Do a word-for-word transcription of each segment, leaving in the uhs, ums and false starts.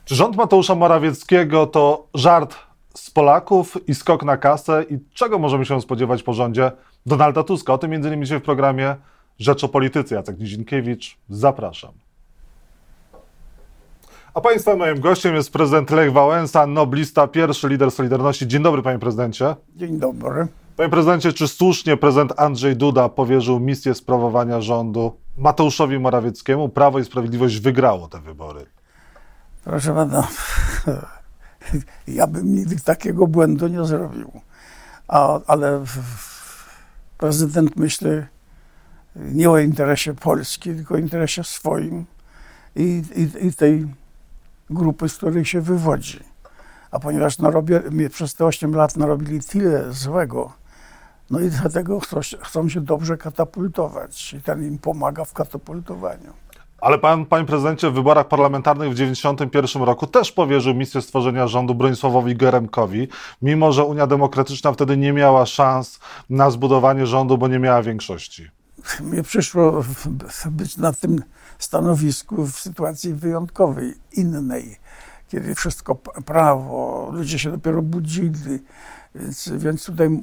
Czy rząd Mateusza Morawieckiego to żart z Polaków i skok na kasę? I czego możemy się spodziewać po rządzie Donalda Tuska? O tym między innymi dzisiaj w programie Rzecz o Polityce. Jacek Nizinkiewicz, zapraszam. A Państwa moim gościem jest prezydent Lech Wałęsa, noblista, pierwszy lider Solidarności. Dzień dobry, panie prezydencie. Dzień dobry. Panie prezydencie, czy słusznie prezydent Andrzej Duda powierzył misję sprawowania rządu Mateuszowi Morawieckiemu? Prawo i Sprawiedliwość wygrało te wybory. Proszę pana, ja bym nigdy takiego błędu nie zrobił. A, ale prezydent myśli nie o interesie Polski, tylko o interesie swoim i, i, i tej grupy, z której się wywodzi. A ponieważ narobi, przez te osiem lat narobili tyle złego, no i dlatego chcą, chcą się dobrze katapultować i ten im pomaga w katapultowaniu. Ale pan, panie prezydencie, w wyborach parlamentarnych w dziewięćdziesiątym pierwszym roku też powierzył misję stworzenia rządu Bronisławowi Geremkowi, mimo że Unia Demokratyczna wtedy nie miała szans na zbudowanie rządu, bo nie miała większości. Mnie przyszło być na tym stanowisku w sytuacji wyjątkowej, innej, kiedy wszystko prawo, ludzie się dopiero budzili, więc, więc tutaj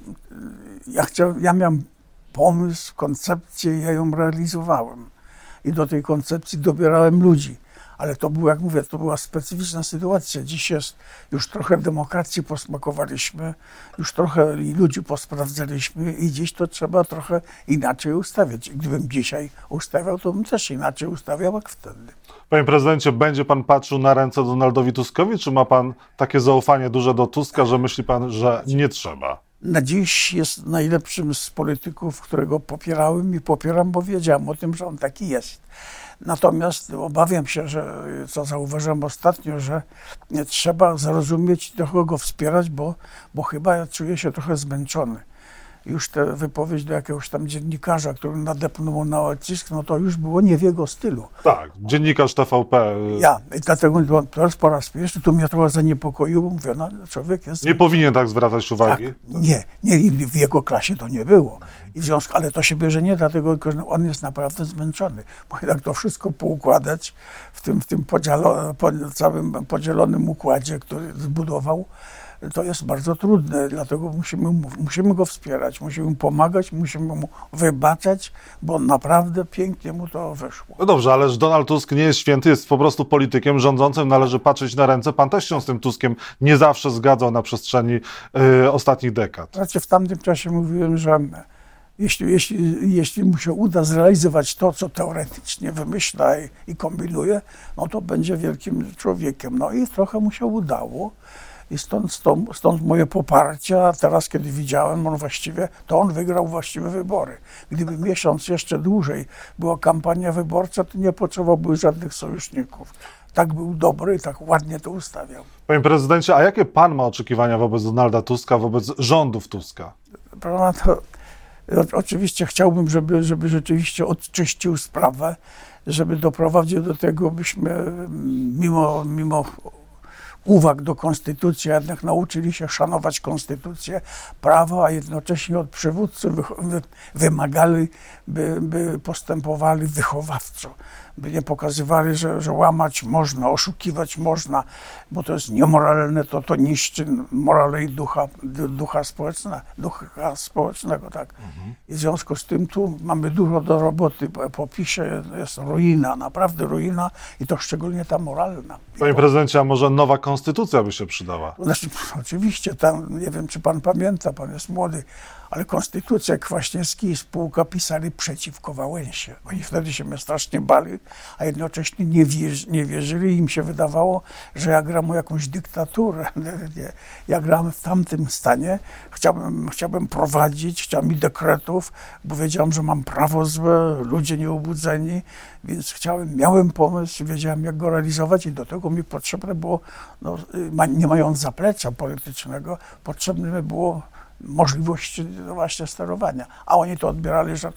ja, chciał, ja miałem pomysł, koncepcję, ja ją realizowałem. I do tej koncepcji dobierałem ludzi. Ale to było, jak mówię, to była specyficzna sytuacja. Dziś jest, już trochę demokracji posmakowaliśmy, już trochę ludzi posprawdzaliśmy i dziś to trzeba trochę inaczej ustawiać. Gdybym dzisiaj ustawiał, to bym też inaczej ustawiał jak wtedy. Panie prezydencie, będzie pan patrzył na ręce Donaldowi Tuskowi, czy ma pan takie zaufanie duże do Tuska, że myśli pan, że nie trzeba? Na dziś jest najlepszym z polityków, którego popierałem i popieram, bo wiedziałem o tym, że on taki jest. Natomiast obawiam się, że, co zauważyłem ostatnio, że trzeba zrozumieć i trochę go wspierać, bo, bo chyba ja czuję się trochę zmęczony. Już tę wypowiedź do jakiegoś tam dziennikarza, który nadepnął mu na odcisk, no to już było nie w jego stylu. Tak, dziennikarz T V P. Ja, i dlatego teraz po raz pierwszy to mnie trochę zaniepokoiło, mówię, no człowiek jest... Nie powinien tak zwracać uwagi? Tak, nie, nie, w jego klasie to nie było. I w związku, ale to się bierze nie dlatego, że on jest naprawdę zmęczony. Bo jednak to wszystko poukładać w tym, w tym podzielo, po, całym podzielonym układzie, który zbudował, to jest bardzo trudne, dlatego musimy, musimy go wspierać, musimy mu pomagać, musimy mu wybaczać, bo naprawdę pięknie mu to wyszło. No dobrze, ależ Donald Tusk nie jest święty, jest po prostu politykiem rządzącym, należy patrzeć na ręce. Pan też się z tym Tuskiem nie zawsze zgadzał na przestrzeni y, ostatnich dekad. Znaczy w tamtym czasie mówiłem, że jeśli, jeśli, jeśli mu się uda zrealizować to, co teoretycznie wymyśla i, i kombinuje, no to będzie wielkim człowiekiem. No i trochę mu się udało. I stąd, stąd, stąd moje poparcie, a teraz kiedy widziałem, on właściwie, to on wygrał właściwe wybory. Gdyby miesiąc jeszcze dłużej była kampania wyborcza, to nie potrzebowałby żadnych sojuszników. Tak był dobry i tak ładnie to ustawiał. Panie prezydencie, a jakie pan ma oczekiwania wobec Donalda Tuska, wobec rządów Tuska? Prawda, to, oczywiście chciałbym, żeby, żeby rzeczywiście odczyścił sprawę, żeby doprowadził do tego, byśmy mimo, mimo uwag do konstytucji, a jednak nauczyli się szanować konstytucję, prawo, a jednocześnie od przywódców wymagali, by, by postępowali wychowawczo, by nie pokazywali, że, że łamać można, oszukiwać można, bo to jest niemoralne, to to niszczy morale i ducha, ducha, społeczne, ducha społecznego. Tak. Mhm. I w związku z tym tu mamy dużo do roboty. Po PiS-ie jest ruina, naprawdę ruina i to szczególnie ta moralna. Panie prezydencie, a może nowa konstytucja by się przydała? Znaczy, oczywiście, tam, nie wiem, czy pan pamięta, pan jest młody, ale konstytucję Kwaśniewski i spółka pisali przeciwko Wałęsie. Oni wtedy się mnie strasznie bali, a jednocześnie nie, wierzy, nie wierzyli. Im się wydawało, że ja gram o jakąś dyktaturę. Nie. Ja gram w tamtym stanie. Chciałbym, chciałbym prowadzić, chciałem mi dekretów, bo wiedziałem, że mam prawo złe, ludzie nieobudzeni, więc chciałem, miałem pomysł, wiedziałem, jak go realizować i do tego mi potrzebne było, no, nie mając zaplecza politycznego, potrzebne mi było możliwości właśnie sterowania. A oni to odbierali, że to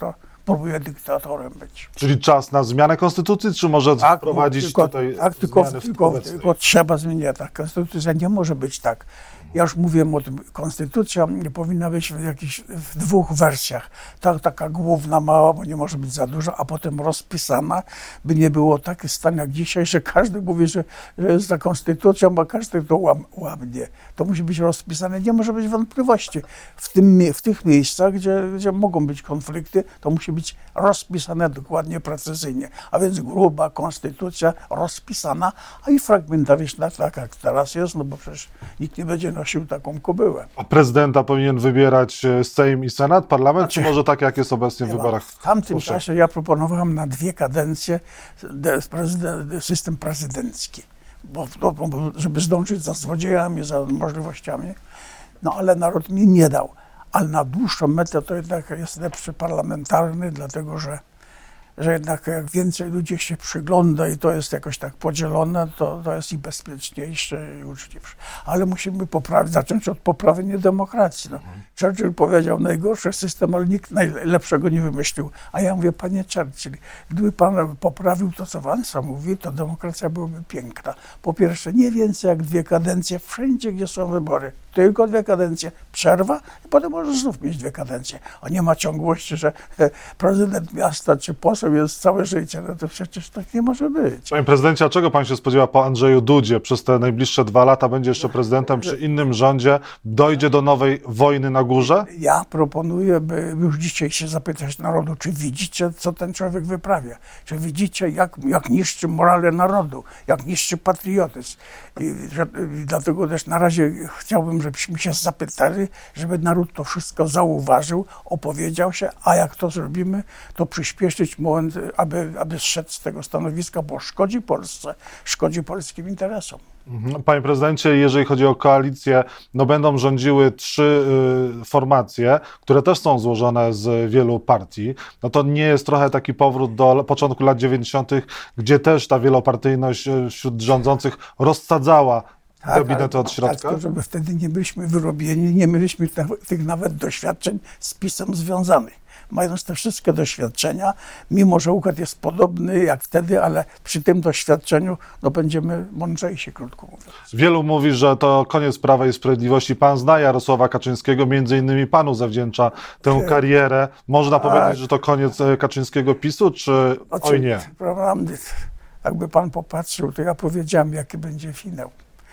próbuje dyktatorem być. Czyli czas na zmianę konstytucji, czy może Tak, wprowadzić tylko, tutaj tak, tylko, zmiany w tylko, obecnej? tylko trzeba zmieniać. Tak, konstytucja nie może być tak. Ja już mówiłem o tym, konstytucja nie powinna być w jakichś w dwóch wersjach. Tak, taka główna, mała, bo nie może być za duża, a potem rozpisana, by nie było taki stan jak dzisiaj, że każdy mówi, że, że jest za konstytucją, a każdy to łam, łamie. To musi być rozpisane, nie może być wątpliwości. W, tym, w tych miejscach, gdzie, gdzie mogą być konflikty, to musi być rozpisane dokładnie, precyzyjnie. A więc gruba konstytucja rozpisana, a i fragmentaryczna, tak jak teraz jest, no bo przecież nikt nie będzie nosił taką kobyłę. A prezydenta powinien wybierać Sejm i Senat, parlament, znaczy, czy może tak jak jest obecnie w wyborach? W tamtym Proszę. czasie ja proponowałem na dwie kadencje prezydent, system prezydencki, bo, bo, bo, żeby zdążyć za złodziejami, za możliwościami, no ale naród mi nie dał. Ale na dłuższą metę to jednak jest lepszy parlamentarny, dlatego że że jednak jak więcej ludzi się przygląda i to jest jakoś tak podzielone, to, to jest i bezpieczniejsze, i uczciwsze. Ale musimy poprawić, zacząć od poprawienia demokracji. No. Churchill powiedział, najgorszy system, ale nikt najlepszego nie wymyślił. A ja mówię, panie Churchill, gdyby pan poprawił to, co Wąsa mówi, to demokracja byłaby piękna. Po pierwsze, nie więcej jak dwie kadencje wszędzie, gdzie są wybory. Tylko dwie kadencje, przerwa i potem możesz znów mieć dwie kadencje. A nie ma ciągłości, że prezydent miasta czy poseł jest całe życie. No to przecież tak nie może być. Panie prezydencie, a czego pan się spodziewa po Andrzeju Dudzie? Przez te najbliższe dwa lata będzie jeszcze prezydentem przy innym rządzie? Dojdzie do nowej wojny na górze? Ja proponuję, by już dzisiaj się zapytać narodu, czy widzicie, co ten człowiek wyprawia? Czy widzicie, jak, jak niszczy morale narodu, jak niszczy patriotyzm? I, że, i dlatego też na razie chciałbym, żebyśmy się zapytali, żeby naród to wszystko zauważył, opowiedział się, a jak to zrobimy, to przyspieszyć moment, aby, aby zszedł z tego stanowiska, bo szkodzi Polsce, szkodzi polskim interesom. Panie prezydencie, jeżeli chodzi o koalicję, no będą rządziły trzy y, formacje, które też są złożone z wielu partii. No to nie jest trochę taki powrót do początku lat dziewięćdziesiątych, gdzie też ta wielopartyjność wśród rządzących rozsadzała Tak, gabinety od ale, środka? Tak, żeby wtedy nie byliśmy wyrobieni, nie mieliśmy tych nawet doświadczeń z PiS-em związanych. Mając te wszystkie doświadczenia, mimo że układ jest podobny jak wtedy, ale przy tym doświadczeniu no, będziemy mądrzejsi, krótko mówiąc. Wielu mówi, że to koniec Prawa i Sprawiedliwości. Pan zna Jarosława Kaczyńskiego, między innymi panu zawdzięcza tę karierę. Można tak. powiedzieć, że to koniec Kaczyńskiego PiSu, czy Znaczy, oj nie? Prawda, jakby pan popatrzył, to ja powiedziałem, jaki będzie finał.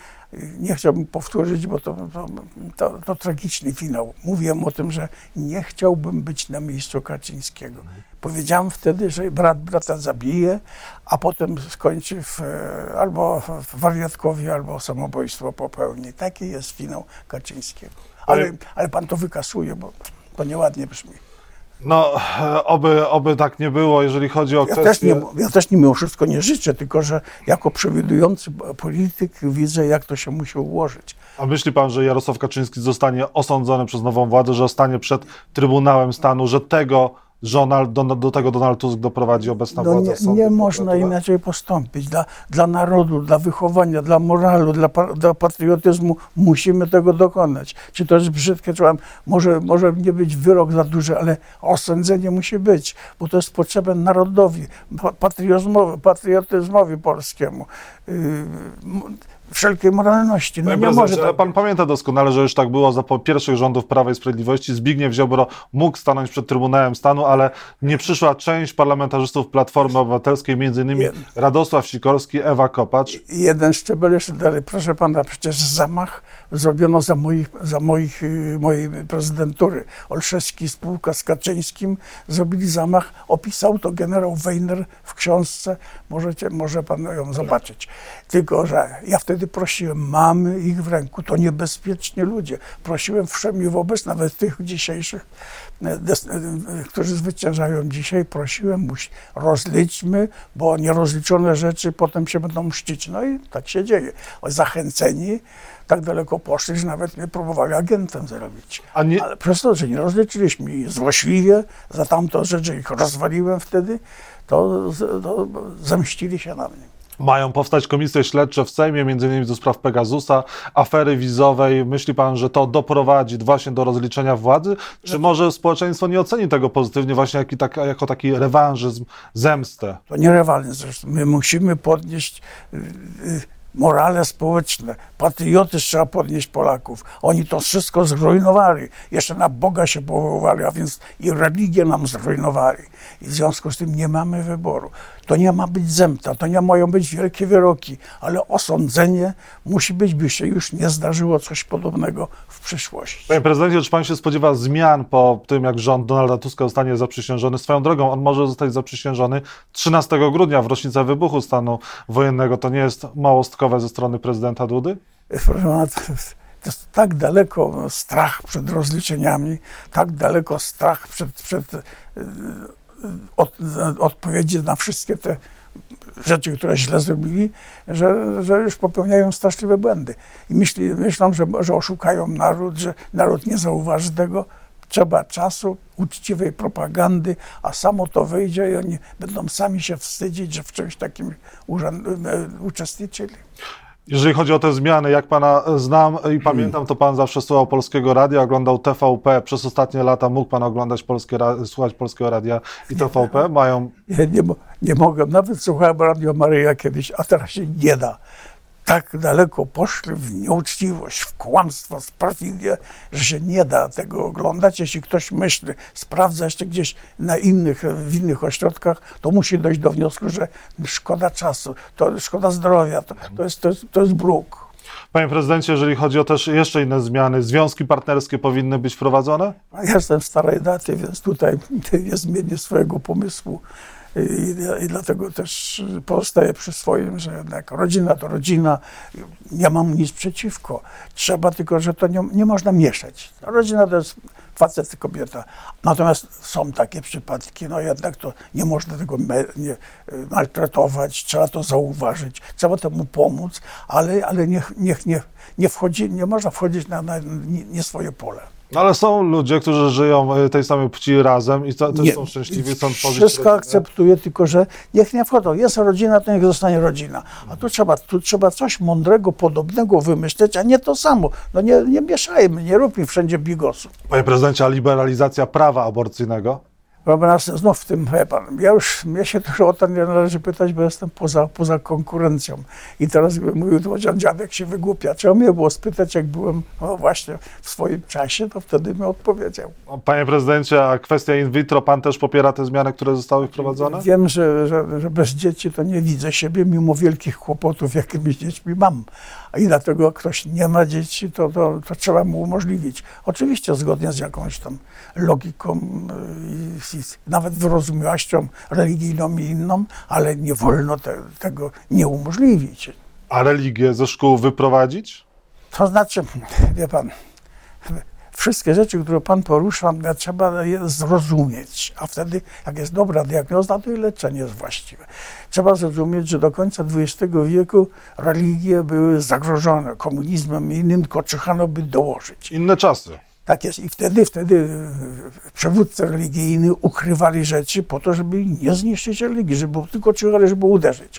Nie chciałbym powtórzyć, bo to, to, to, to tragiczny finał. Mówiłem o tym, że nie chciałbym być na miejscu Kaczyńskiego. Powiedziałem wtedy, że brat brata zabije, a potem skończy w, albo w wariatkowie, albo samobójstwo popełni. Taki jest finał Kaczyńskiego. Ale, ale pan to wykasuje, bo to nieładnie brzmi. No, oby, oby tak nie było, jeżeli chodzi o ja kwestię... Też nie, ja też nie mimo wszystko nie życzę, tylko że jako przewidujący polityk widzę, jak to się musi ułożyć. A myśli pan, że Jarosław Kaczyński zostanie osądzony przez nową władzę, że stanie przed Trybunałem Stanu, że tego żona, do, do tego Donald Tusk doprowadzi obecna no władza? Nie, sądu, nie można inaczej postąpić. Dla, dla narodu, dla wychowania, dla moralu, dla, dla patriotyzmu musimy tego dokonać. Czy to jest brzydkie, czy może, może nie być wyrok za duży, ale osądzenie musi być, bo to jest potrzebne narodowi, patriotyzmowi, patriotyzmowi polskiemu. Yy, wszelkiej moralności. No nie może tak. Pan pamięta doskonale, że już tak było za pierwszych rządów Prawa i Sprawiedliwości. Zbigniew Ziobro mógł stanąć przed Trybunałem Stanu, ale nie przyszła część parlamentarzystów Platformy Obywatelskiej, między innymi Radosław Sikorski, Ewa Kopacz. Jeden szczebel jeszcze dalej. Proszę pana, przecież zamach zrobiono za, moich, za moich, mojej prezydentury. Olszewski spółka z Kaczyńskim zrobili zamach. Opisał to generał Weiner w książce. Możecie, może pan ją zobaczyć. Tylko że ja wtedy prosiłem, mamy ich w ręku, to niebezpieczni ludzie. Prosiłem wszemi wobec, nawet tych dzisiejszych, którzy zwyciężają dzisiaj, prosiłem, rozliczmy, bo nierozliczone rzeczy potem się będą mścić. No i tak się dzieje. Zachęceni tak daleko poszli, że nawet mnie próbowali agentem zrobić. A nie... Ale przez to, że nie rozliczyliśmy i złośliwie za tamto rzecz, że ich rozwaliłem wtedy, to, to zemścili się na mnie. Mają powstać komisje śledcze w Sejmie, między innymi do spraw Pegasusa, afery wizowej. Myśli pan, że to doprowadzi właśnie do rozliczenia władzy? Czy może społeczeństwo nie oceni tego pozytywnie właśnie jako, tak, jako taki rewanżyzm, zemstę? To nie rewanżyzm. My musimy podnieść y, y, morale społeczne. Patriotyzm trzeba podnieść Polaków. Oni to wszystko zrujnowali. Jeszcze na Boga się powoływali, a więc i religię nam zrujnowali. I w związku z tym nie mamy wyboru. To nie ma być zemsta, to nie mają być wielkie wyroki, ale osądzenie musi być, by się już nie zdarzyło coś podobnego w przyszłości. Panie prezydencie, czy pan się spodziewa zmian po tym, jak rząd Donalda Tuska zostanie zaprzysiężony? Swoją drogą, on może zostać zaprzysiężony trzynastego grudnia w rocznicę wybuchu stanu wojennego. To nie jest małostkowe ze strony prezydenta Dudy? Proszę pana, to jest tak daleko strach przed rozliczeniami, tak daleko strach przed, przed od, odpowiedzi na wszystkie te rzeczy, które źle zrobili, że, że już popełniają straszliwe błędy. I myśli, myślą, że, że oszukają naród, że naród nie zauważy tego. Trzeba czasu, uczciwej propagandy, a samo to wyjdzie i oni będą sami się wstydzić, że w czymś takim uczestniczyli. Jeżeli chodzi o te zmiany, jak pana znam i pamiętam, to pan zawsze słuchał Polskiego Radia, oglądał T V P. Przez ostatnie lata mógł pan oglądać Polskie, słuchać Polskiego Radia i T V P? Mają... Nie, nie, nie mogę. Nawet słuchałem Radio Maryja kiedyś, a teraz się nie da. Tak daleko poszli w nieuczciwość, w kłamstwo, w perfidię, że się nie da tego oglądać. Jeśli ktoś myśli, sprawdza jeszcze gdzieś na innych, w innych ośrodkach, to musi dojść do wniosku, że szkoda czasu, to szkoda zdrowia, to, to, jest, to, jest, to jest bruk. Panie prezydencie, jeżeli chodzi o też jeszcze inne zmiany, związki partnerskie powinny być wprowadzone? Ja jestem starej daty, więc tutaj nie zmienię swojego pomysłu. I, I dlatego też pozostaję przy swoim, że jednak rodzina to rodzina, nie mam nic przeciwko. Trzeba tylko, że to nie, nie można mieszać. Rodzina to jest facet i kobieta. Natomiast są takie przypadki, no jednak to nie można tego me, nie, maltretować, trzeba to zauważyć, trzeba temu pomóc, ale, ale niech, niech nie, nie wchodzi, nie można wchodzić na, na nie, nie swoje pole. No ale są ludzie, którzy żyją tej samej płci razem i to, też nie, są szczęśliwi, chcą tworzyć wszystko rodzinę. Akceptuję, tylko że niech nie wchodzą. Jest rodzina, to niech zostanie rodzina. A tu trzeba, tu trzeba coś mądrego, podobnego wymyśleć, a nie to samo. No nie, nie mieszajmy, nie róbmy wszędzie bigosu. Panie prezydencie, a liberalizacja prawa aborcyjnego? Znów w tym, wie pan, ja już, mnie się trochę o to nie należy pytać, bo jestem poza, poza konkurencją. I teraz bym mówił, to dziadek się wygłupia. Trzeba mnie było spytać, jak byłem no właśnie w swoim czasie, to wtedy mi odpowiedział. Panie prezydencie, a kwestia in vitro, pan też popiera te zmiany, które zostały wprowadzone? Wiem, że, że, że bez dzieci to nie widzę siebie, mimo wielkich kłopotów, jakimi dziećmi mam. I dlatego jak ktoś nie ma dzieci, to, to, to trzeba mu umożliwić. Oczywiście zgodnie z jakąś tam logiką i, i nawet wyrozumiałością religijną i inną, ale nie wolno te, tego nie umożliwić. A religię ze szkół wyprowadzić? To znaczy, wie pan, wszystkie rzeczy, które pan porusza, trzeba je zrozumieć, a wtedy, jak jest dobra diagnoza, to i leczenie jest właściwe. Trzeba zrozumieć, że do końca dwudziestego wieku religie były zagrożone komunizmem i innym, tylko czyhano by dołożyć. Inne czasy. Tak jest. I wtedy, wtedy przywódcy religijni ukrywali rzeczy po to, żeby nie zniszczyć religii, żeby tylko czyhali, żeby uderzyć.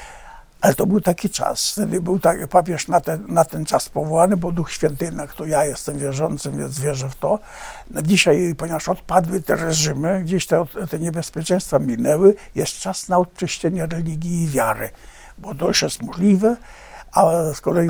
Ale to był taki czas. Wtedy był taki papież na ten, na ten czas powołany, bo Duch Święty, jednak to ja jestem wierzącym, więc wierzę w to. Dzisiaj, ponieważ odpadły te reżimy, gdzieś te, te niebezpieczeństwa minęły, jest czas na odczyszczenie religii i wiary, bo to już jest możliwe. A z kolei y,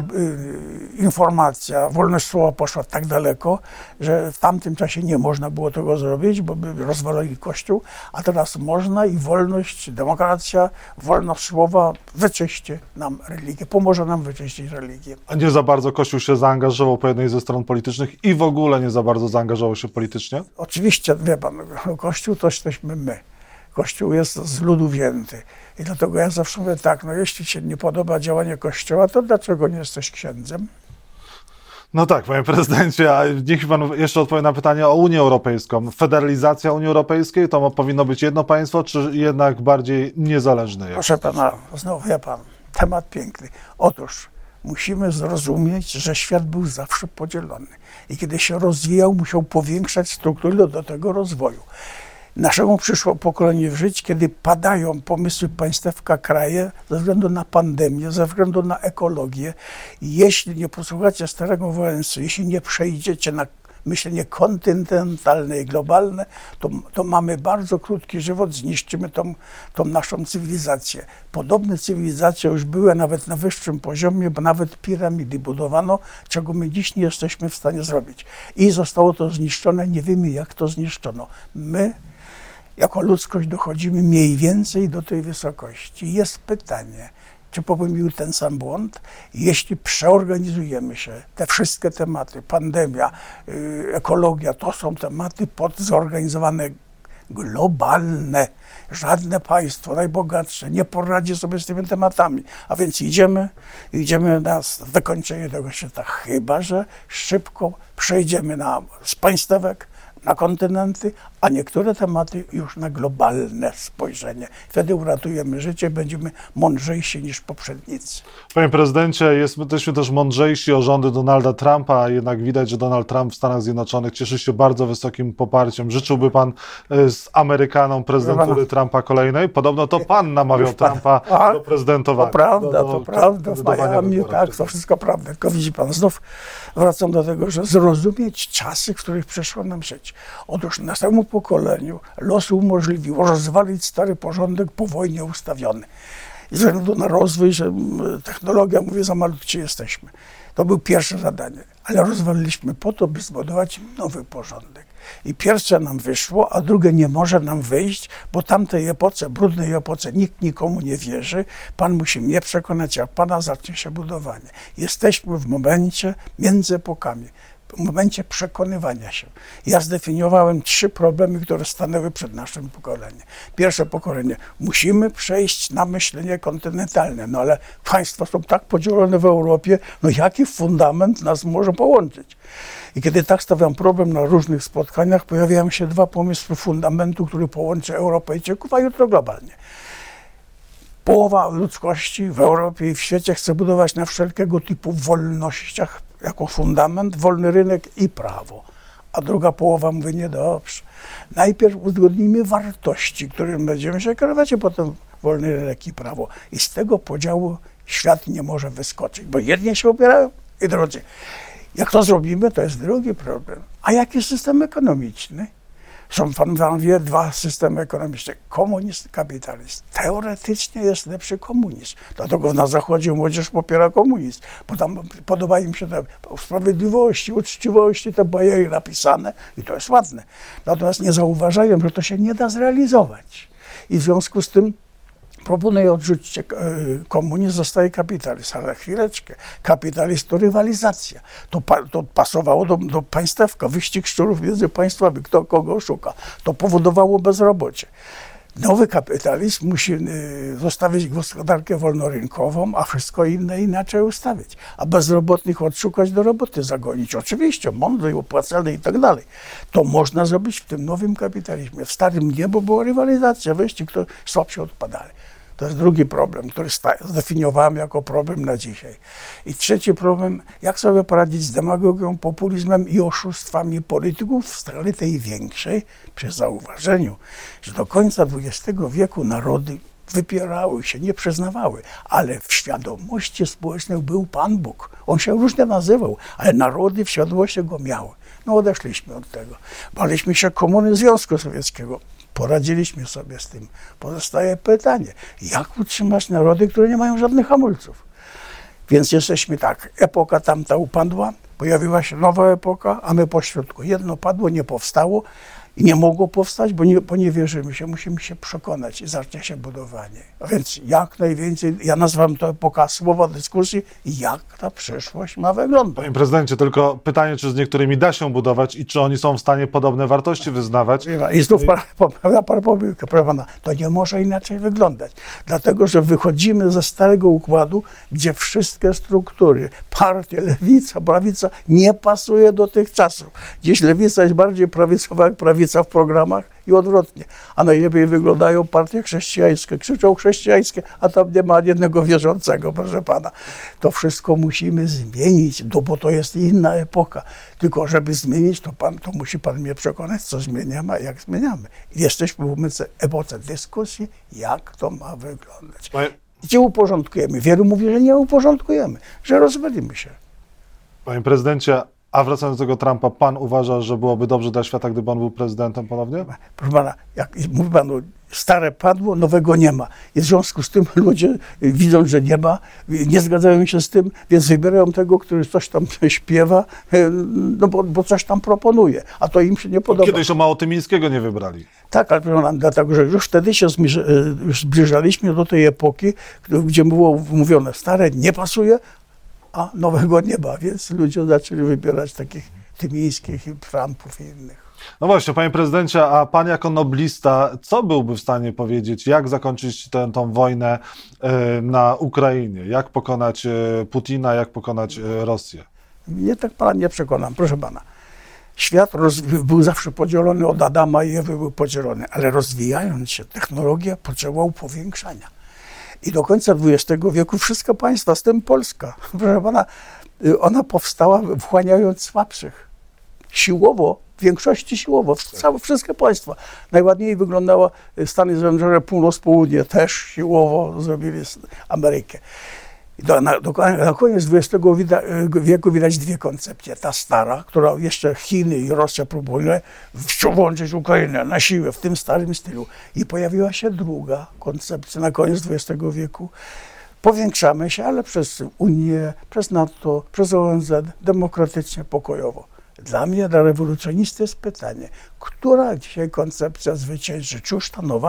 informacja, wolność słowa poszła tak daleko, że w tamtym czasie nie można było tego zrobić, bo by rozwalili Kościół, a teraz można i wolność, demokracja, wolność słowa wyczyści nam religię, pomoże nam wyczyścić religię. A nie za bardzo Kościół się zaangażował po jednej ze stron politycznych i w ogóle nie za bardzo zaangażował się politycznie? Oczywiście, wie pan, Kościół to jesteśmy my. Kościół jest z ludu wzięty. I dlatego ja zawsze mówię tak, no jeśli ci nie podoba działanie Kościoła, to dlaczego nie jesteś księdzem? No tak, panie prezydencie, a niech pan jeszcze odpowie na pytanie o Unię Europejską. Federalizacja Unii Europejskiej to powinno być jedno państwo, czy jednak bardziej niezależne? Proszę pana, znowu wie pan, temat piękny. Otóż musimy zrozumieć, że świat był zawsze podzielony. I kiedy się rozwijał, musiał powiększać struktury do tego rozwoju. naszemu przyszło pokolenie żyć, kiedy padają pomysły państewka kraje ze względu na pandemię, ze względu na ekologię. Jeśli nie posłuchacie starego Wałęsy, jeśli nie przejdziecie na myślenie kontynentalne i globalne, to, to mamy bardzo krótki żywot, zniszczymy tą, tą naszą cywilizację. Podobne cywilizacje już były nawet na wyższym poziomie, bo nawet piramidy budowano, czego my dziś nie jesteśmy w stanie zrobić. I zostało to zniszczone, nie wiemy jak to zniszczono. My jako ludzkość dochodzimy mniej więcej do tej wysokości. Jest pytanie, czy popełnił ten sam błąd? Jeśli przeorganizujemy się, te wszystkie tematy, pandemia, yy, ekologia, to są tematy podzorganizowane, globalne. Żadne państwo najbogatsze nie poradzi sobie z tymi tematami. A więc idziemy, idziemy na wykończenie tego świata, chyba że szybko przejdziemy na, z państwek na kontynenty, a niektóre tematy już na globalne spojrzenie. Wtedy uratujemy życie, będziemy mądrzejsi niż poprzednicy. Panie prezydencie, jesteśmy też mądrzejsi o rządy Donalda Trumpa, a jednak widać, że Donald Trump w Stanach Zjednoczonych cieszy się bardzo wysokim poparciem. Życzyłby pan z Amerykaną prezydentury pana Trumpa kolejnej? Podobno to pan namawiał pan, Trumpa a, do prezydentowania. To prawda, do, do, to prawda. W Miami, tak, to wszystko prawda. Tylko widzi pan, znów wracam do tego, że zrozumieć czasy, w których przyszło nam żyć. Otóż naszemu pokoleniu los umożliwił rozwalić stary porządek po wojnie ustawiony. I ze względu na rozwój, że technologia, mówię, za malutki jesteśmy. To było pierwsze zadanie. Ale rozwaliliśmy po to, by zbudować nowy porządek. I pierwsze nam wyszło, a drugie nie może nam wyjść, bo tamtej epoce, brudnej epoce, nikt nikomu nie wierzy. Pan musi mnie przekonać, jak pana zacznie się budowanie. Jesteśmy w momencie między epokami. W momencie przekonywania się. Ja zdefiniowałem trzy problemy, które stanęły przed naszym pokoleniem. Pierwsze pokolenie. Musimy przejść na myślenie kontynentalne, no ale państwa są tak podzielone w Europie, no jaki fundament nas może połączyć? I kiedy tak stawiam problem na różnych spotkaniach, pojawiają się dwa pomysły fundamentu, który połączy Europejczyków, a jutro globalnie. Połowa ludzkości w Europie i w świecie chce budować na wszelkiego typu wolnościach jako fundament wolny rynek i prawo. A druga połowa mówi niedobrze. Najpierw uzgodnijmy wartości, którymi będziemy się kierować, a potem wolny rynek i prawo. I z tego podziału świat nie może wyskoczyć, bo jedni się opierają i drudzy. Jak to zrobimy, to jest drugi problem. A jaki system ekonomiczny? Są, pan wie, dwa systemy ekonomiczne. Komunizm, kapitalizm. Teoretycznie jest lepszy komunizm. Dlatego na Zachodzie młodzież popiera komunizm. Bo tam podoba im się te sprawiedliwości, uczciwości, te bajery napisane i to jest ładne. Natomiast nie zauważają, że to się nie da zrealizować. I w związku z tym proponuję odrzucić komunizm, zostaje kapitalizm, ale chwileczkę. Kapitalizm to rywalizacja. To, to pasowało do, do państewka, wyścig szczurów między państwami, kto kogo szuka. To powodowało bezrobocie. Nowy kapitalizm musi zostawić gospodarkę wolnorynkową, a wszystko inne inaczej ustawić. A bezrobotnych odszukać, do roboty zagonić. Oczywiście, mądry, opłacalny i tak dalej. To można zrobić w tym nowym kapitalizmie. W starym nie, bo była rywalizacja, wyścig, to słabsi odpadali. To jest drugi problem, który zdefiniowałem jako problem na dzisiaj. I trzeci problem, jak sobie poradzić z demagogią, populizmem i oszustwami polityków w skali tej większej, przy zauważeniu, że do końca dwudziestego wieku narody wypierały się, nie przyznawały, ale w świadomości społecznej był Pan Bóg. On się różnie nazywał, ale narody w świadomości go miały. No odeszliśmy od tego. Baliśmy się komuny Związku Sowieckiego. Poradziliśmy sobie z tym. Pozostaje pytanie, jak utrzymać narody, które nie mają żadnych hamulców? Więc jesteśmy tak, epoka tamta upadła, pojawiła się nowa epoka, a my pośrodku. Jedno padło, nie powstało i nie mogło powstać, bo nie, bo nie wierzymy się, musimy się przekonać i zacznie się budowanie. A więc jak najwięcej, ja nazywam to epoka słowa dyskusji, jak ta przyszłość ma wyglądać. Panie prezydencie, tylko pytanie, czy z niektórymi da się budować i czy oni są w stanie podobne wartości wyznawać? I znów popełnia pan pomyłkę, proszę pana, to nie może inaczej wyglądać. Dlatego, że wychodzimy ze starego układu, gdzie wszystkie struktury, partie, lewica, prawica nie pasuje do tych czasów. Dziś lewica jest bardziej prawicowa jak prawica w programach i odwrotnie. A najlepiej wyglądają partie chrześcijańskie, krzyczą chrześcijańskie, a tam nie ma jednego wierzącego, proszę pana. To wszystko musimy zmienić, no bo to jest inna epoka. Tylko żeby zmienić, to pan, to musi pan mnie przekonać, co zmieniamy, a jak zmieniamy. I jesteśmy w epoce dyskusji, jak to ma wyglądać. Gdzie uporządkujemy? Wielu mówi, że nie uporządkujemy, że rozwalimy się. Panie prezydencie, a wracając do tego Trumpa, pan uważa, że byłoby dobrze dla świata, gdyby on był prezydentem ponownie? Proszę pana, jak mówi pan, stare padło, nowego nie ma. I w związku z tym ludzie widzą, że nie ma, nie zgadzają się z tym, więc wybierają tego, który coś tam śpiewa, no bo, bo coś tam proponuje, a to im się nie podoba. Kiedyś o Małotymińskiego nie wybrali. Tak, ale proszę pana, dlatego, że już wtedy się zmierz- już zbliżaliśmy do tej epoki, gdzie było mówione, stare nie pasuje, a nowego nie ma, więc ludzie zaczęli wybierać takich tymińskich i Trumpów i innych. No właśnie, panie prezydencie, a pan jako noblista, co byłby w stanie powiedzieć, jak zakończyć tę tą wojnę y, na Ukrainie? Jak pokonać y, Putina, jak pokonać y, Rosję? Nie tak pana nie przekonam, proszę pana. Świat roz, był zawsze podzielony, od Adama i Ewy był podzielony, ale rozwijając się, technologia potrzebowała powiększania. I do końca dwudziestego wieku wszystkie państwa, z tym Polska, proszę pana, ona powstała wchłaniając słabszych. Siłowo, w większości siłowo, całe, wszystkie państwa. Najładniej wyglądało Stany Zjednoczone, północ, południe, też siłowo zrobili Amerykę. Do, na, do, na koniec dwudziestego wieku widać dwie koncepcje. Ta stara, która jeszcze Chiny i Rosja próbują włączyć Ukrainę na siłę w tym starym stylu. I pojawiła się druga koncepcja na koniec dwudziestego wieku. Powiększamy się, ale przez Unię, przez NATO, przez O N Z, demokratycznie, pokojowo. Dla mnie, dla rewolucjonisty jest pytanie, która dzisiaj koncepcja zwycięży? Czy już ta nowa,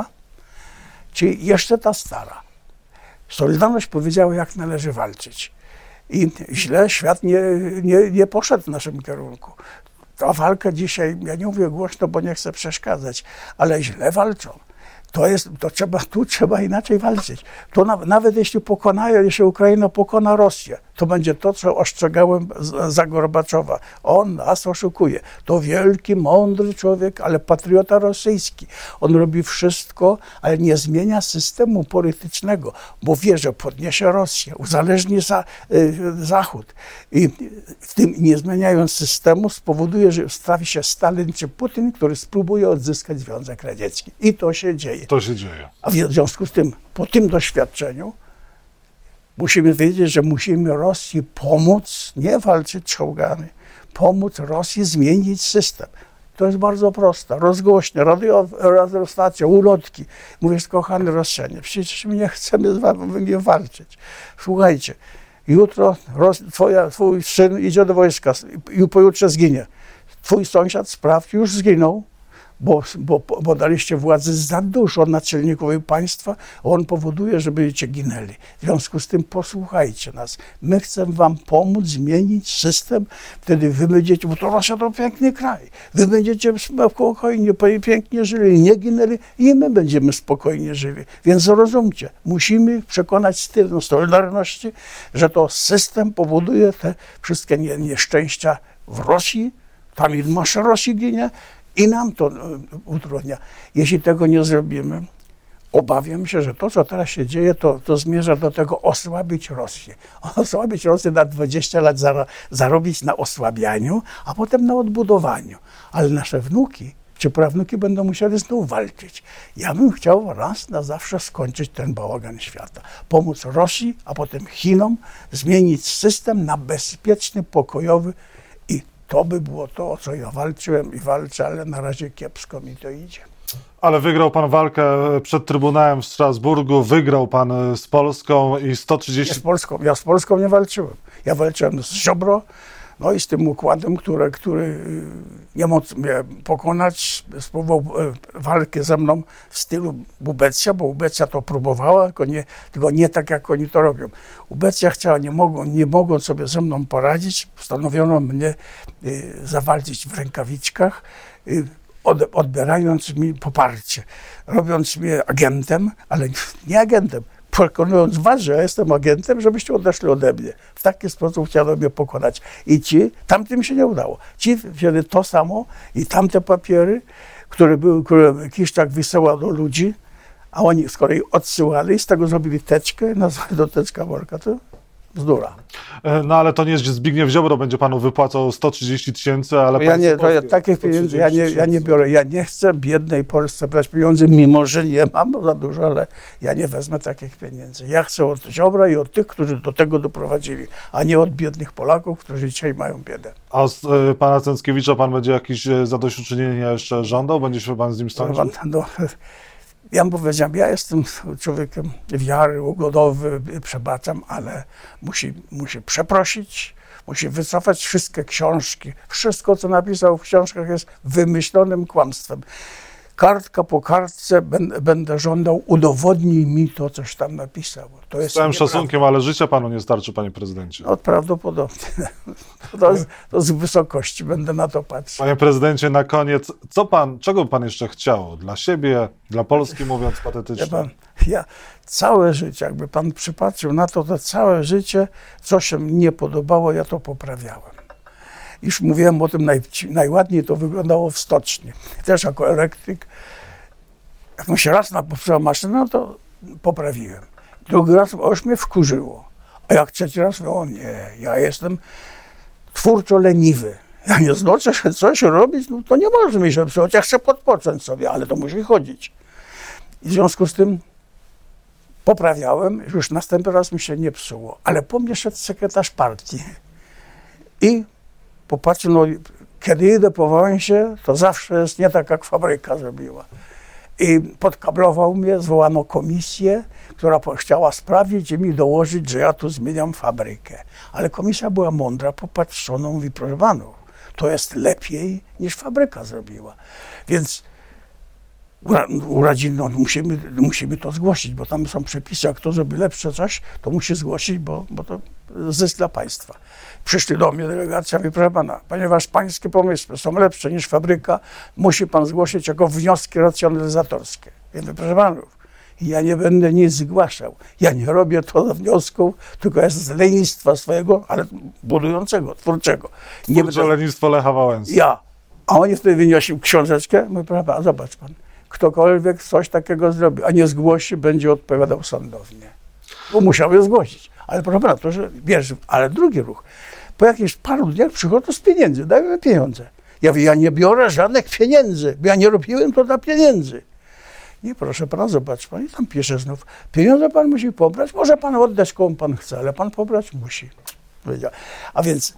czy jeszcze ta stara? Solidarność powiedziała, jak należy walczyć. I źle świat nie, nie, nie poszedł w naszym kierunku. Ta walka dzisiaj, ja nie mówię głośno, bo nie chcę przeszkadzać, ale źle walczą. To jest, to trzeba, tu trzeba inaczej walczyć. To na, nawet jeśli pokonają, jeśli Ukraina pokona Rosję, to będzie to, co ostrzegałem za Gorbaczowa. On nas oszukuje. To wielki, mądry człowiek, ale patriota rosyjski. On robi wszystko, ale nie zmienia systemu politycznego, bo wie, że podniesie Rosję, uzależni za, y, Zachód. I w tym nie zmieniając systemu spowoduje, że stawi się Stalin czy Putin, który spróbuje odzyskać Związek Radziecki. I to się dzieje. To się dzieje. A w związku z tym, po tym doświadczeniu, musimy wiedzieć, że musimy Rosji pomóc, nie walczyć czołgami, pomóc Rosji zmienić system. To jest bardzo proste. Rozgłośnie, radio, radiostacja, ulotki. Mówię, kochany Rosjanie, przecież my nie chcemy z wami walczyć. Słuchajcie, jutro Ros- twoja, twój syn idzie do wojska i pojutrze zginie. Twój sąsiad, sprawdź, już zginął. Bo, bo, bo daliście władzy za dużo naczelnikowi państwa, on powoduje, że będziecie ginęli. W związku z tym posłuchajcie nas. My chcemy wam pomóc zmienić system, wtedy wy będziecie, bo to Rosja to piękny kraj, wy będziecie spokojnie, pięknie żyli, nie ginęli i my będziemy spokojnie żyli. Więc zrozumcie, musimy przekonać styl Solidarności, że to system powoduje te wszystkie nie, nieszczęścia w Rosji, tam i masz Rosji ginie, i nam to utrudnia. Jeśli tego nie zrobimy, obawiam się, że to, co teraz się dzieje, to, to zmierza do tego osłabić Rosję. Osłabić Rosję na dwadzieścia lat, zaro, zarobić na osłabianiu, a potem na odbudowaniu. Ale nasze wnuki czy prawnuki będą musieli znów walczyć. Ja bym chciał raz na zawsze skończyć ten bałagan świata. Pomóc Rosji, a potem Chinom zmienić system na bezpieczny, pokojowy. To by było to, o co ja walczyłem i walczę, ale na razie kiepsko mi to idzie. Ale wygrał pan walkę przed Trybunałem w Strasburgu, wygrał pan z Polską i sto trzydzieści... Nie z Polską. Ja z Polską nie walczyłem. Ja walczyłem z Ziobro, no i z tym układem, który, który nie mógł mnie pokonać, spróbował walkę ze mną w stylu Ubecja, bo Ubecja to próbowała, tylko nie, tylko nie tak, jak oni to robią. Ubecja chciała, nie mogą, nie mogą sobie ze mną poradzić, postanowiono mnie y, zawalczyć w rękawiczkach, y, od, odbierając mi poparcie, robiąc mnie agentem, ale nie agentem, przekonując was, że ja jestem agentem, żebyście odeszli ode mnie. W taki sposób chciano mnie pokonać. I ci, tamtym się nie udało. Ci wzięli to samo i tamte papiery, które były, które Kiszczak wysyłał do ludzi, a oni z kolei odsyłali i z tego zrobili teczkę, nazwali to teczka worka, to bzdura. No ale to nie Zbigniew Ziobro będzie panu wypłacał sto trzydzieści tysięcy, ale Ja nie, to ja, polskie takich pieniędzy ja nie, ja nie biorę. Ja nie chcę biednej Polsce brać pieniędzy, mimo że nie mam za dużo, ale ja nie wezmę takich pieniędzy. Ja chcę od Ziobra i od tych, którzy do tego doprowadzili, a nie od biednych Polaków, którzy dzisiaj mają biedę. A z y, pana Cęckiewicza pan będzie jakieś y, zadośćuczynienia jeszcze żądał? Będzie się pan z nim sądził? No, ja mu powiedziałem, ja jestem człowiekiem wiary, ugodowy, przebaczam, ale musi, musi przeprosić, musi wycofać wszystkie książki. Wszystko, co napisał w książkach, jest wymyślonym kłamstwem. Kartka po kartce będę, będę żądał, udowodnij mi to, coś tam napisał. To jest Z całym nieprawda. szacunkiem, ale życia panu nie starczy, panie prezydencie. No, prawdopodobnie. To z, to z wysokości będę na to patrzył. Panie prezydencie, na koniec, co pan, czego by pan jeszcze chciał? Dla siebie, dla Polski, mówiąc Wie patetycznie? pan, ja całe życie, jakby pan przypatrzył na to, to całe życie, co się mi nie podobało, ja to poprawiałem. Już mówiłem o tym, naj, najładniej to wyglądało w stoczni. Też jako elektryk, jak mi się raz popsuła maszyna, to poprawiłem. Drugi raz, o, już mnie wkurzyło. A jak trzeci raz, no nie, ja jestem twórczo leniwy. Ja nie znoszę się coś robić, no to nie może mi się psuć. Ja chcę podpocząć sobie, ale to musi chodzić. I w związku z tym poprawiałem, już następny raz mi się nie psuło. Ale po mnie szedł sekretarz partii i popatrzył, no kiedy idę po wojnie, to zawsze jest nie tak, jak fabryka zrobiła. I podkablował mnie, zwołano komisję, która chciała sprawdzić i mi dołożyć, że ja tu zmieniam fabrykę. Ale komisja była mądra, popatrzono, mówi, proszę panów, to jest lepiej niż fabryka zrobiła. Więc uradzili, no, musimy, musimy to zgłosić, bo tam są przepisy, jak kto zrobi lepsze coś, to musi zgłosić, bo, bo to zysk dla państwa. Przyszli do mnie delegacja, mówi, proszę pana, ponieważ pańskie pomysły są lepsze niż fabryka, musi pan zgłosić jako wnioski racjonalizatorskie. Więc proszę panów, ja nie będę nic zgłaszał. Ja nie robię to za wniosków, tylko jest z lenistwa swojego, ale budującego, twórczego. Nie Twórcze będę... lenistwo Lecha Wałęsy. Ja. A oni wtedy wyniosli książeczkę, mówi, proszę pana, zobacz pan, ktokolwiek coś takiego zrobi, a nie zgłosi, będzie odpowiadał sądownie. Bo musiał je zgłosić. Ale proszę pana, to, że wiesz, ale drugi ruch. Po jakichś paru dniach przychodzą z pieniędzy, dajmy pieniądze. Ja mówię, ja nie biorę żadnych pieniędzy, bo ja nie robiłem to dla pieniędzy. Nie, proszę pana, zobacz pan, i tam pisze znów, pieniądze pan musi pobrać, może pan oddać komu pan chce, ale pan pobrać musi. Powiedział. A więc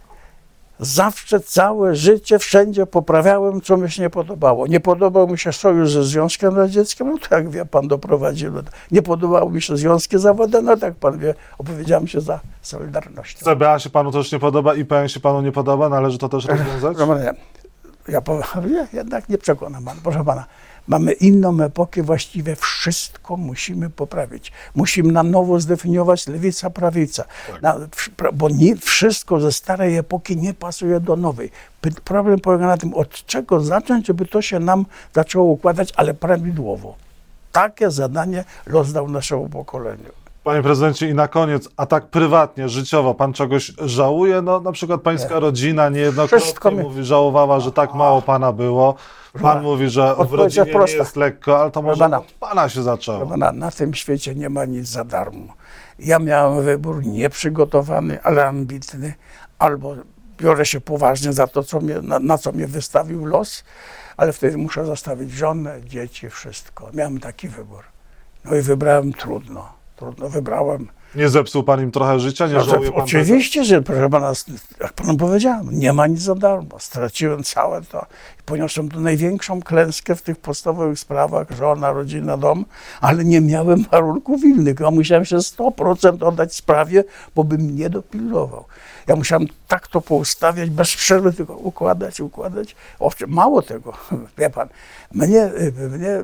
zawsze całe życie, wszędzie poprawiałem, co mi się nie podobało. Nie podobał mi się sojusz ze Związkiem Radzieckim, no to jak wie pan, doprowadził. Nie podobały mi się związki zawodowe, no tak pan wie, opowiedziałem się za Solidarnością. C B A się panu też nie podoba, I P N się panu nie podoba, należy to też rozwiązać? Ja, ja powiem, nie, jednak nie przekonam pan, proszę pana. Mamy inną epokę, właściwie wszystko musimy poprawić. Musimy na nowo zdefiniować lewica, prawica. Tak. Na, bo nie, wszystko ze starej epoki nie pasuje do nowej. Problem polega na tym, od czego zacząć, żeby to się nam zaczęło układać, ale prawidłowo. Takie zadanie los dał naszemu pokoleniu. Panie prezydencie, i na koniec, a tak prywatnie, życiowo, pan czegoś żałuje? No na przykład pańska nie. rodzina niejednokrotnie mi... mówi, żałowała, że tak mało pana było. Pan pana, mówi, że w rodzinie nie jest lekko, ale to może pana, od pana się zaczęło. Pana, na tym świecie nie ma nic za darmo. Ja miałem wybór nieprzygotowany, ale ambitny, albo biorę się poważnie za to, co mnie, na, na co mnie wystawił los, ale wtedy muszę zostawić żonę, dzieci, wszystko. Miałem taki wybór. No i wybrałem trudno. Trudno wybrałem. Nie zepsuł pan im trochę życia? Nie No, żałuje pan oczywiście, tego? Że proszę pana, jak panu powiedziałem, nie ma nic za darmo. Straciłem całe to i poniosłem tu największą klęskę w tych podstawowych sprawach, żona, rodzina, dom, ale nie miałem warunków innych. Ja musiałem się sto procent oddać sprawie, bo bym nie dopilnował. Ja musiałem tak to poustawiać, bez przerwy tylko układać, układać. Owszem, mało tego, wie pan, mnie, mnie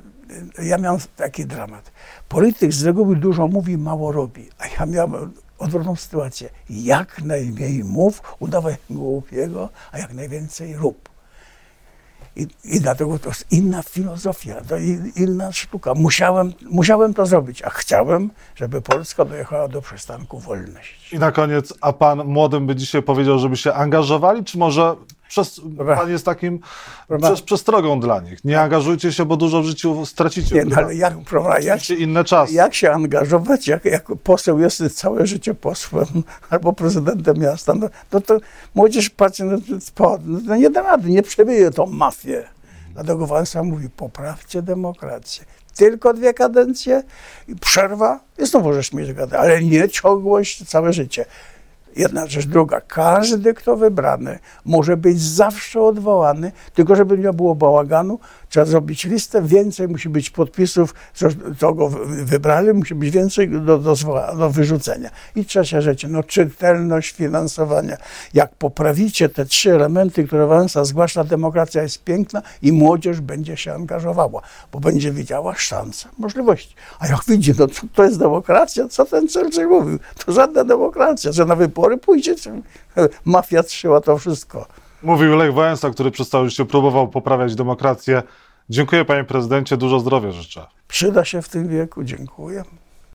ja miałem taki dramat. Polityk z reguły dużo mówi, mało robi. A ja miałem odwrotną sytuację. Jak najmniej mów, udawaj głupiego, a jak najwięcej rób. I, i dlatego to jest inna filozofia, to inna sztuka. Musiałem, musiałem to zrobić, a chciałem, żeby Polska dojechała do przystanku wolności. I na koniec, a pan młodym by dzisiaj powiedział, żeby się angażowali, czy może Przez, pan jest takim Prawda? przez, przestrogą dla nich. Nie angażujcie się, bo dużo w życiu stracicie. Nie, no, ale jak, prawda, jak, Stracicie inne czasy. jak się angażować, jak, jak poseł jest całe życie posłem albo prezydentem miasta, no, no to młodzież patrzy, no, to, no nie da rady, nie przebyje tą mafię. Dlatego Wałęsa mówi, poprawcie demokrację. Tylko dwie kadencje, i przerwa i znowu możesz mieć kadencję, ale nie ciągłość całe życie. Jedna rzecz. Druga, każdy, kto wybrany, może być zawsze odwołany, tylko żeby nie było bałaganu, trzeba zrobić listę, więcej musi być podpisów, co, co go wybrali, musi być więcej do, do, do wyrzucenia. I trzecia rzecz, no czytelność finansowania. Jak poprawicie te trzy elementy, które Wałęsa zgłasza, demokracja jest piękna i młodzież będzie się angażowała, bo będzie widziała szanse, możliwości. A jak widzi, no to, to jest demokracja, co ten Churchill mówił? To żadna demokracja, że na wybory pójdzie, mafia trzyma to wszystko. Mówił Lech Wałęsa, który przez całe życie próbował poprawiać demokrację. Dziękuję, panie prezydencie, dużo zdrowia życzę. Przyda się w tym wieku, dziękuję.